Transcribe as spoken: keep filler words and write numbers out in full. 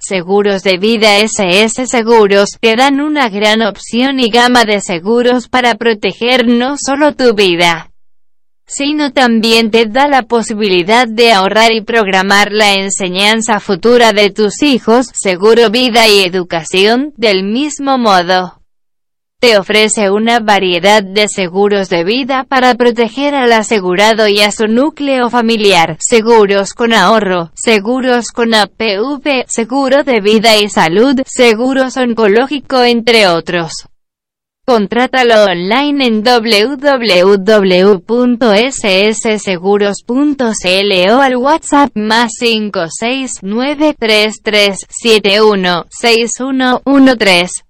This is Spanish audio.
Seguros de Vida S S Seguros te dan una gran opción y gama de seguros para proteger no solo tu vida, sino también te da la posibilidad de ahorrar y programar la enseñanza futura de tus hijos. Seguro Vida y Educación, del mismo modo, te ofrece una variedad de seguros de vida para proteger al asegurado y a su núcleo familiar. Seguros con ahorro, seguros con A P V, seguro de vida y salud, seguros oncológico, entre otros. Contrátalo online en w w w punto s s seguros punto c l o al WhatsApp más cinco seis nueve tres tres siete uno seis uno uno tres.